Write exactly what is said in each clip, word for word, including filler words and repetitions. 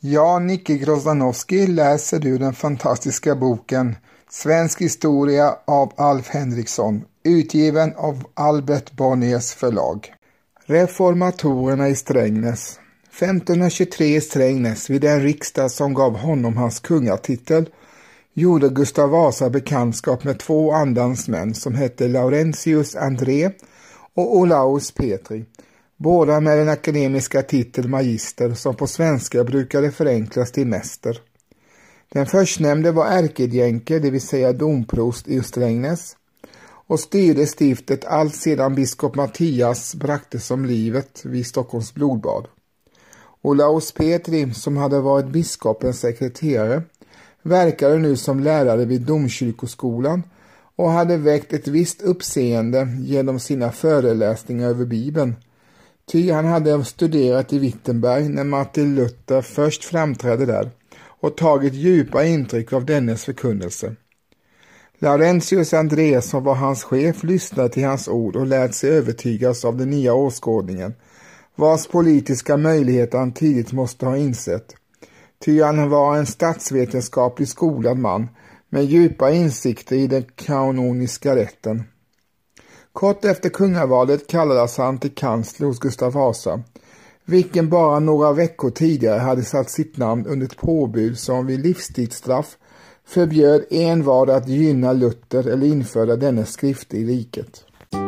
Jag, Nicke Grozdanowski, läser ur den fantastiska boken Svensk historia av Alf Henriksson, utgiven av Albert Bonniers förlag. Reformatorerna i Strängnäs. femtonhundratjugotre i Strängnäs, vid den riksdag som gav honom hans kungatitel, gjorde Gustav Vasa bekantskap med två andansmän som hette Laurentius André och Olaus Petri, båda med den akademiska titel magister som på svenska brukade förenklas till mäster. Den förstnämnde var ärkedjänke, det vill säga domprost i Strängnäs, och styrde stiftet allt sedan biskop Mattias bragtes om livet vid Stockholms blodbad. Olaus Petri, som hade varit biskopens sekreterare, verkade nu som lärare vid domkyrkoskolan och hade väckt ett visst uppseende genom sina föreläsningar över Bibeln. Ty han hade studerat i Wittenberg när Martin Luther först framträdde där och tagit djupa intryck av dennes förkunnelse. Laurentius André, som var hans chef, lyssnade till hans ord och lät sig övertygas av den nya åskådningen, vars politiska möjligheter han tidigt måste ha insett. Ty han var en statsvetenskaplig skolad man med djupa insikter i den kanoniska rätten. Kort efter kungavalet kallades han till kansler hos Gustav Vasa, vilken bara några veckor tidigare hade satt sitt namn under ett påbud som vid livstidsstraff förbjöd envar att gynna Luther eller införa dennes skrifter i riket.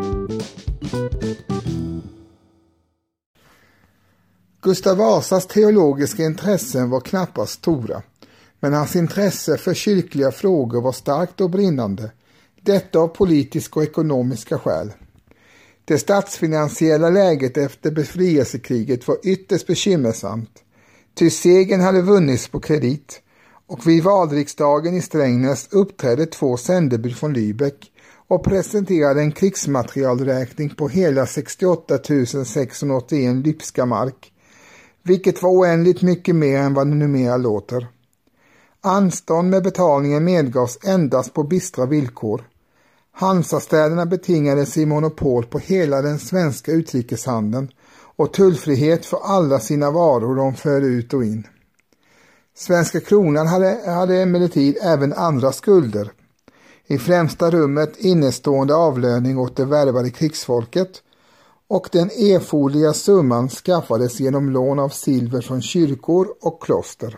Gustav Vasas teologiska intressen var knappast stora, men hans intresse för kyrkliga frågor var starkt och brinnande, detta av politiska och ekonomiska skäl. Det statsfinansiella läget efter befrielsekriget var ytterst bekymmersamt, ty segern hade vunnits på kredit, och vid valriksdagen i Strängnäs uppträdde två sändebud från Lübeck och presenterade en krigsmaterialräkning på hela sextioåtta tusen sexhundraåttioen lypska mark, vilket var oändligt mycket mer än vad det numera låter. Anstånd med betalningen medgavs endast på bistra villkor. Hansastäderna betingade sig monopol på hela den svenska utrikeshandeln och tullfrihet för alla sina varor de förde ut och in. Svenska kronan hade, hade emellertid även andra skulder. I främsta rummet innestående avlöning åt det värvade krigsfolket, och den erforderliga summan skaffades genom lån av silver från kyrkor och kloster.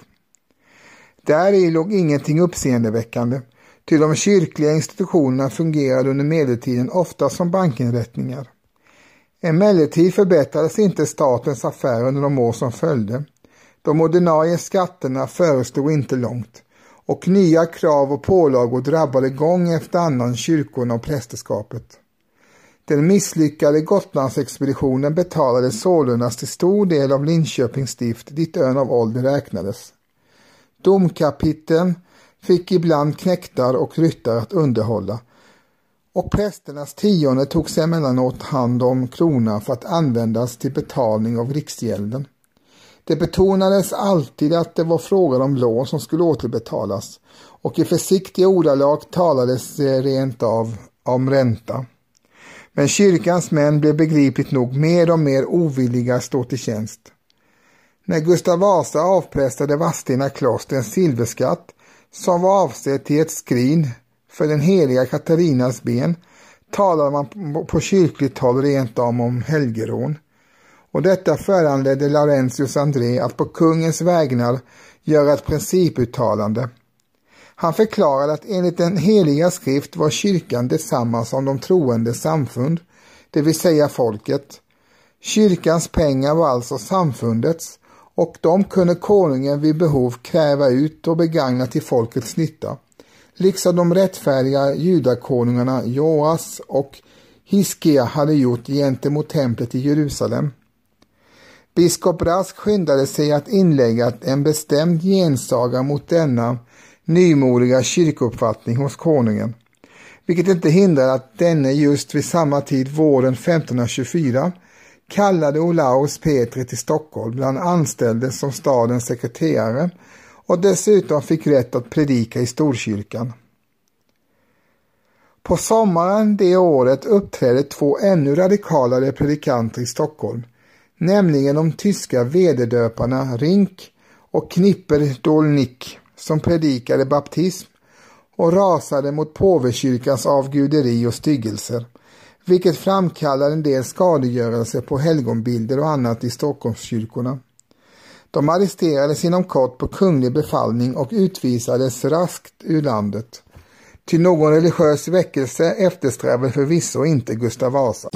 Där i låg ingenting uppseendeväckande, till de kyrkliga institutionerna fungerade under medeltiden ofta som bankinrättningar. Emellertid förbättrades inte statens affärer under de år som följde. De ordinarie skatterna förestod inte långt, och nya krav och pålagor drabbade gång efter annan kyrkorna och prästerskapet. Den misslyckade Gotlandsexpeditionen betalade sålunda till stor del av Linköpings stift, dit ön av ålder räknades. Domkapiteln fick ibland knäktar och ryttare att underhålla, och prästernas tionde tog sig emellanåt hand om kronan för att användas till betalning av riksgälden. Det betonades alltid att det var frågan om lån som skulle återbetalas, och i försiktiga ordalag talades rent av om ränta. Men kyrkans män blev begripligt nog mer och mer ovilliga att stå till tjänst. När Gustav Vasa avpressade Vadstena kloster en silverskatt som var avsedd till ett skrin för den heliga Katarinas ben, talade man på kyrkligt håll rent om om helgerån. Och detta föranledde Laurentius André att på kungens vägnar göra ett principuttalande. Han förklarade att enligt den heliga skrift var kyrkan detsamma som de troende samfund, det vill säga folket. Kyrkans pengar var alltså samfundets, och de kunde konungen vid behov kräva ut och begagna till folkets nytta, liksom de rättfärdiga judakonungarna Joas och Hiskia hade gjort gentemot templet i Jerusalem. Biskop Rask skyndade sig att inlägga en bestämd gensaga mot denna nymodiga kyrkouppfattning hos konungen, vilket inte hindrar att denne just vid samma tid våren femtonhundratjugofyra kallade Olaus Petri till Stockholm bland anställde som stadens sekreterare och dessutom fick rätt att predika i Storkyrkan. På sommaren det året uppträdde två ännu radikalare predikanter i Stockholm, nämligen de tyska vederdöparna Rink och Knipper Dolnik som predikade baptism och rasade mot påvekyrkans avguderi och styggelser, vilket framkallade en del skadegörelse på helgonbilder och annat i Stockholmskyrkorna. De arresterades inom kort på kunglig befallning och utvisades raskt ur landet. Till någon religiös väckelse eftersträvade förvisso inte Gustav Vasa.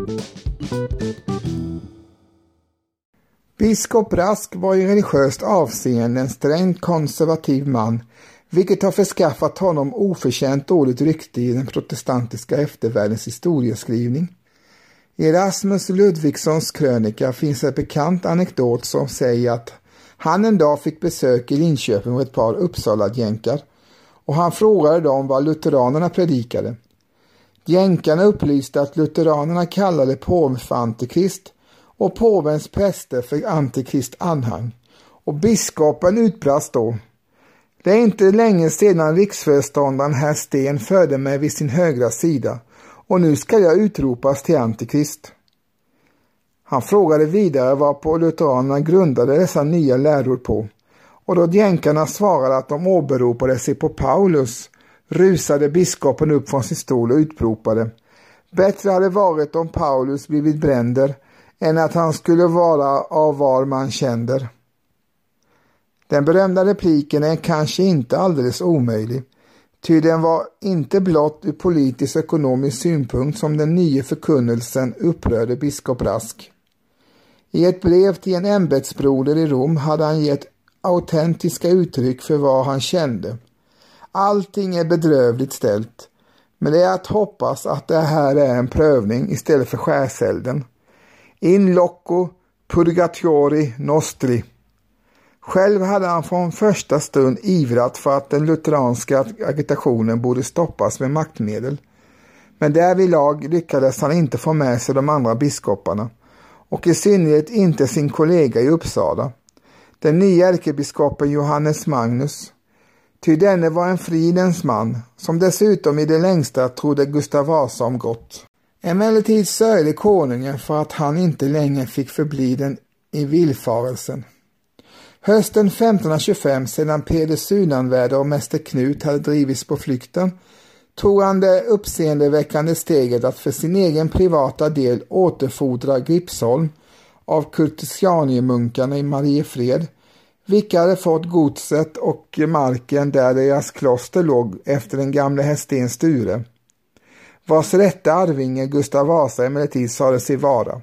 Biskop Rask var i religiöst avseende en strängt konservativ man, vilket har förskaffat honom oförtjänt dåligt rykte i den protestantiska eftervärldens historieskrivning. I Erasmus Ludvigssons krönika finns en bekant anekdot som säger att han en dag fick besök i Linköping av ett par Uppsala-jänkar och han frågade dem vad lutheranerna predikade. Jänkarna upplyste att lutheranerna kallade påven för antikrist och påvens präster för antikrist anhang, och biskopen utbrast då: "Det är inte länge sedan riksföreståndaren herr Sten förde mig vid sin högra sida, och nu ska jag utropas till antikrist." Han frågade vidare varpå lutheranerna grundade dessa nya läror på, och då jänkarna svarade att de åberopade sig på Paulus, rusade biskopen upp från sin stol och utropade: "Bättre hade varit om Paulus blivit bränder än att han skulle vara av var man känder." Den berömda repliken är kanske inte alldeles omöjlig, ty den var inte blott ur politisk och ekonomisk synpunkt som den nya förkunnelsen upprörde biskop Rask. I ett brev till en ämbetsbroder i Rom hade han gett autentiska uttryck för vad han kände. Allting är bedrövligt ställt, men det är att hoppas att det här är en prövning istället för skärselden. In loco purgatori nostri. Själv hade han från första stund ivrat för att den lutheranska agitationen borde stoppas med maktmedel. Men därvidlag lyckades han inte få med sig de andra biskoparna, och i synnerhet inte sin kollega i Uppsala, den nya ärkebiskopen Johannes Magnus. Ty denne var en fridens man, som dessutom i det längsta trodde Gustav Vasa om gott. Emellertid sörjde konungen för att han inte längre fick förbli den i villfarelsen. Hösten femtonhundratjugofem, sedan Peder Sunanvärde och mäster Knut hade drivits på flykten, tog han det uppseendeväckande steget att för sin egen privata del återfordra Gripsholm av kurtisianiemunkarna i Mariefred, vilka hade fått godset och marken där deras kloster låg efter den gamla hästen Sture, vars rätta arvinge Gustav Vasa emellertid sade sig vara.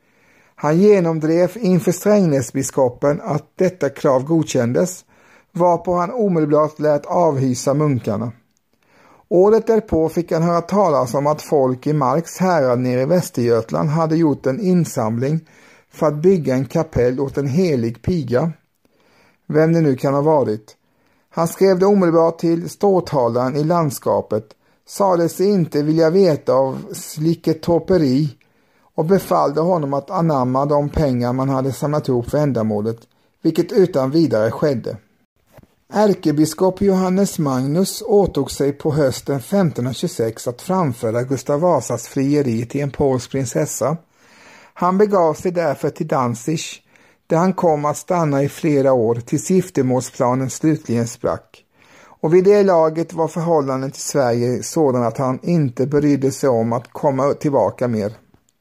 Han genomdrev inför Strängnäsbiskopen att detta krav godkändes, varpå han omedelbart lät avhysa munkarna. Året därpå fick han höra talas om att folk i Marks härad nere i Västergötland hade gjort en insamling för att bygga en kapell åt en helig piga, vem det nu kan ha varit. Han skrev det omedelbart till ståthållaren i landskapet, sade sig inte vilja veta av sliket torperi och befallde honom att anamma de pengar man hade samlat ihop för ändamålet, vilket utan vidare skedde. Ärkebiskop Johannes Magnus åtog sig på hösten femtonhundratjugosex att framföra Gustav Vasas frieri till en polsk prinsessa. Han begav sig därför till Danzig, där han kom att stanna i flera år tills giftermålsplanen slutligen sprack. Och vid det laget var förhållandet till Sverige sådan att han inte brydde sig om att komma tillbaka mer.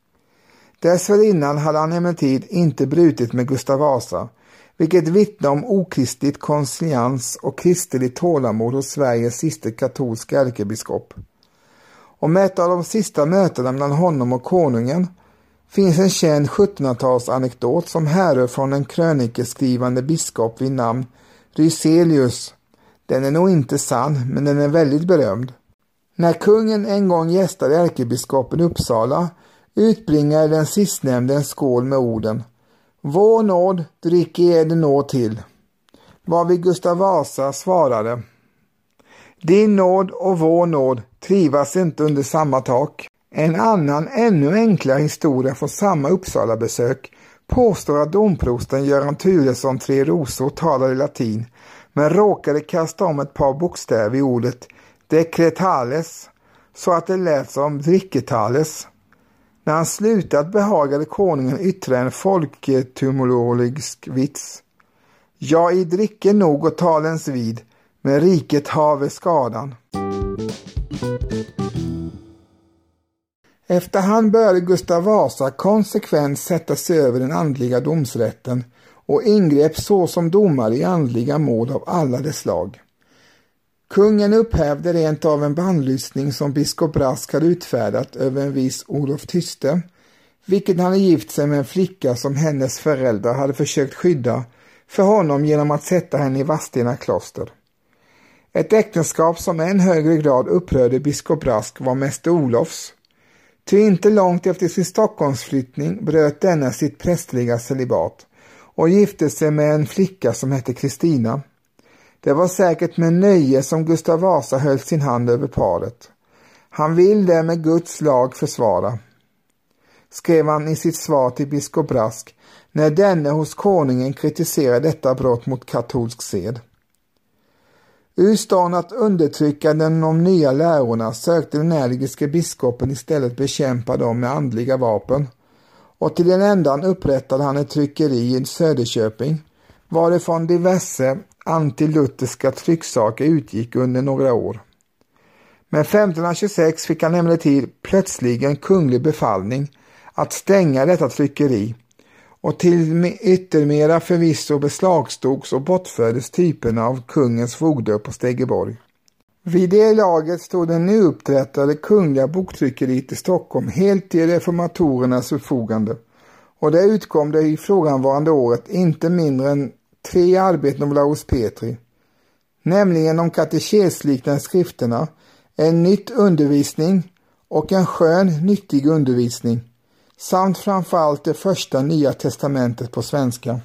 Dessförinnan hade han emellertid inte brutit med Gustav Vasa, vilket vittnar om okristligt konsciens och kristeligt tålamod hos Sveriges sista katolska ärkebiskop. Och med ett av de sista mötena mellan honom och konungen finns en känd sjuttonhundratals-anekdot som härrör från en krönikeskrivande biskop vid namn Ryselius. Den är nog inte sann, men den är väldigt berömd. När kungen en gång gästade ärkebiskopen Uppsala utbringade den sistnämnde en skål med orden: "Vår nåd dricker eder nåd till." Varvid Gustav Vasa svarade: "Din nåd och vår nåd trivas inte under samma tak." En annan ännu enklare historia från samma Uppsala-besök påstår att domprosten Göran Turesson Tre Rosor talade latin, men råkade kasta om ett par bokstäver i ordet decretales så att det lät som dricketales. När han slutat behagade konungen yttra en folketymologisk vits. Ja, i dricke nog och talens vid, men riket have skadan. Efterhand började Gustav Vasa konsekvent sätta sig över den andliga domsrätten och ingrep så som domare i andliga mål av alla dess slag. Kungen upphävde rent av en bannlysning som biskop Brask hade utfärdat över en viss Olof Tyste, vilket han hade gift sig med en flicka som hennes föräldrar hade försökt skydda för honom genom att sätta henne i Vadstena kloster. Ett äktenskap som än högre grad upprörde biskop Brask var mäster Olofs. Ty inte långt efter sin Stockholmsflyttning bröt denna sitt prästliga celibat och gifte sig med en flicka som hette Kristina. Det var säkert med nöje som Gustav Vasa höll sin hand över paret. Han vill det med Guds lag försvara, skrev han i sitt svar till biskop Brask när denne hos konungen kritiserade detta brott mot katolsk sed. Ur stånd att undertrycka den om nya lärorna sökte den energiske biskopen istället bekämpa dem med andliga vapen, och till den ändan upprättade han ett tryckeri i Söderköping, varifrån diverse antilutherska trycksaker utgick under några år. Men femtonhundratjugosex fick han emellertid plötsligen kunglig befallning att stänga detta tryckeri, och till yttermera förvisso beslagstogs och bortfördes typerna av kungens fogder på Stegeborg. Vid det laget stod den nyupprättade kungliga boktryckeriet i Stockholm helt till reformatorernas förfogande, och det utkom det i fråganvarande året inte mindre än tre arbeten om Olaus Petri, nämligen om katekesliknande skrifterna, en nytt undervisning och en skön, nyttig undervisning, samt framförallt det första nya testamentet på svenska.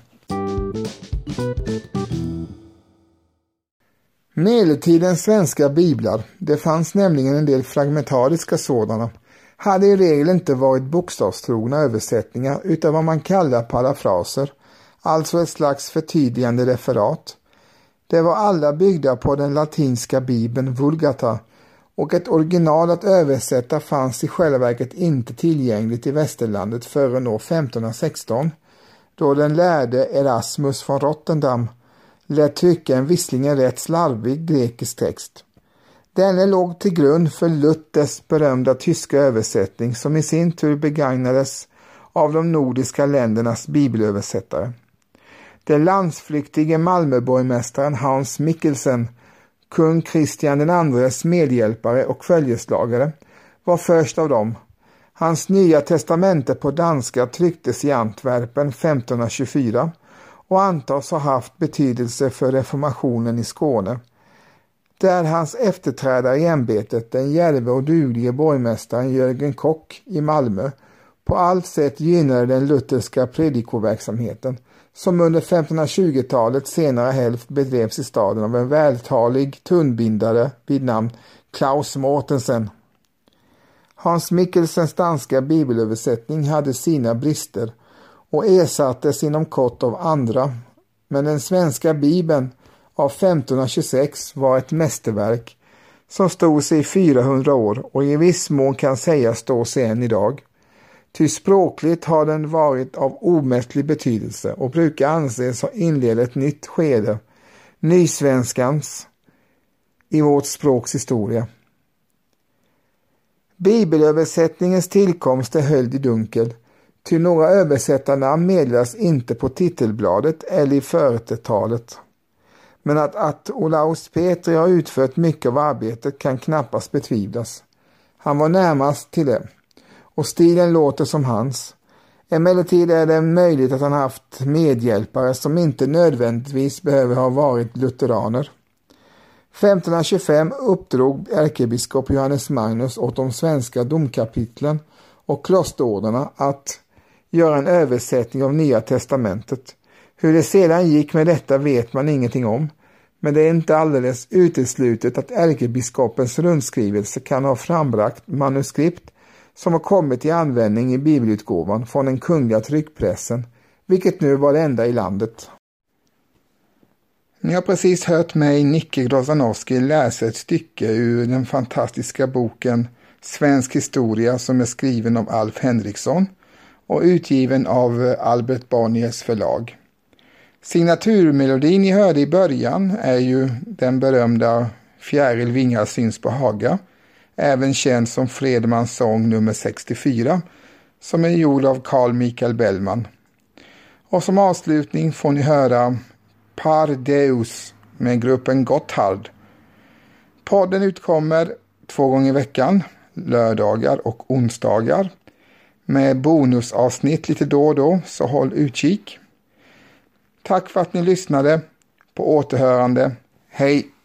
Medeltidens svenska biblar, det fanns nämligen en del fragmentariska sådana, hade i regel inte varit bokstavstrogna översättningar utan vad man kallar parafraser, alltså ett slags förtydligande referat. Det var alla byggda på den latinska bibeln Vulgata, och ett original att översätta fanns i själva verket inte tillgängligt i västerlandet förrän år femtonhundrasexton, då den lärde Erasmus från Rotterdam lät trycka en visserligen rätt slarvig grekisk text. Denne låg till grund för Luthers berömda tyska översättning, som i sin tur begagnades av de nordiska ländernas bibelöversättare. Den landsflyktige Malmöborgmästaren Hans Mikkelsen, kung Kristian den andres medhjälpare och följeslagare, var först av dem. Hans nya testamente på danska trycktes i Antwerpen femtonhundratjugofyra och antas ha haft betydelse för reformationen i Skåne, där hans efterträdare i ämbetet, den djärve och dugliga borgmästaren Jörgen Kock i Malmö, på allt sätt gynnade den lutherska predikoverksamheten, som under femtonhundratjugotalets senare hälft bedrevs i staden av en vältalig tunnbindare vid namn Klaus Mortensen. Hans Mikkelsens danska bibelöversättning hade sina brister och ersattes inom kort av andra, men den svenska bibeln av femtonhundratjugosex var ett mästerverk som stod sig i fyrahundra år och i viss mån kan sägas stå sig än idag. Ty språkligt har den varit av omättlig betydelse och brukar anses ha inlett ett nytt skede, nysvenskans, i vårt språks historia. Bibelöversättningens tillkomst är höljd i dunkel, ty några översättarnamn meddelas inte på titelbladet eller i företalet. Men att, att Olaus Petri har utfört mycket av arbetet kan knappast betvivlas. Han var närmast till det, och stilen låter som hans. Emellertid är det möjligt att han haft medhjälpare som inte nödvändigtvis behöver ha varit lutheraner. femtonhundratjugofem uppdrog ärkebiskop Johannes Magnus åt de svenska domkapitlen och klosterorderna att göra en översättning av Nya testamentet. Hur det sedan gick med detta vet man ingenting om, men det är inte alldeles uteslutet att ärkebiskopens rundskrivelse kan ha frambragt manuskript som har kommit i användning i bibelutgåvan från den kungliga tryckpressen, vilket nu var det enda i landet. Ni har precis hört mig, Nicke Grozanowski, läsa ett stycke ur den fantastiska boken Svensk historia som är skriven av Alf Henriksson och utgiven av Albert Bonniers förlag. Signaturmelodin ni hörde i början är ju den berömda Fjäril vingar syns på Haga, även känd som Fredmans sång nummer sextiofyra, som är gjord av Carl Michael Bellman. Och som avslutning får ni höra Par Deus med gruppen Gotthard. Podden utkommer två gånger i veckan, lördagar och onsdagar, med bonusavsnitt lite då och då, så håll utkik. Tack för att ni lyssnade. På återhörande. Hej!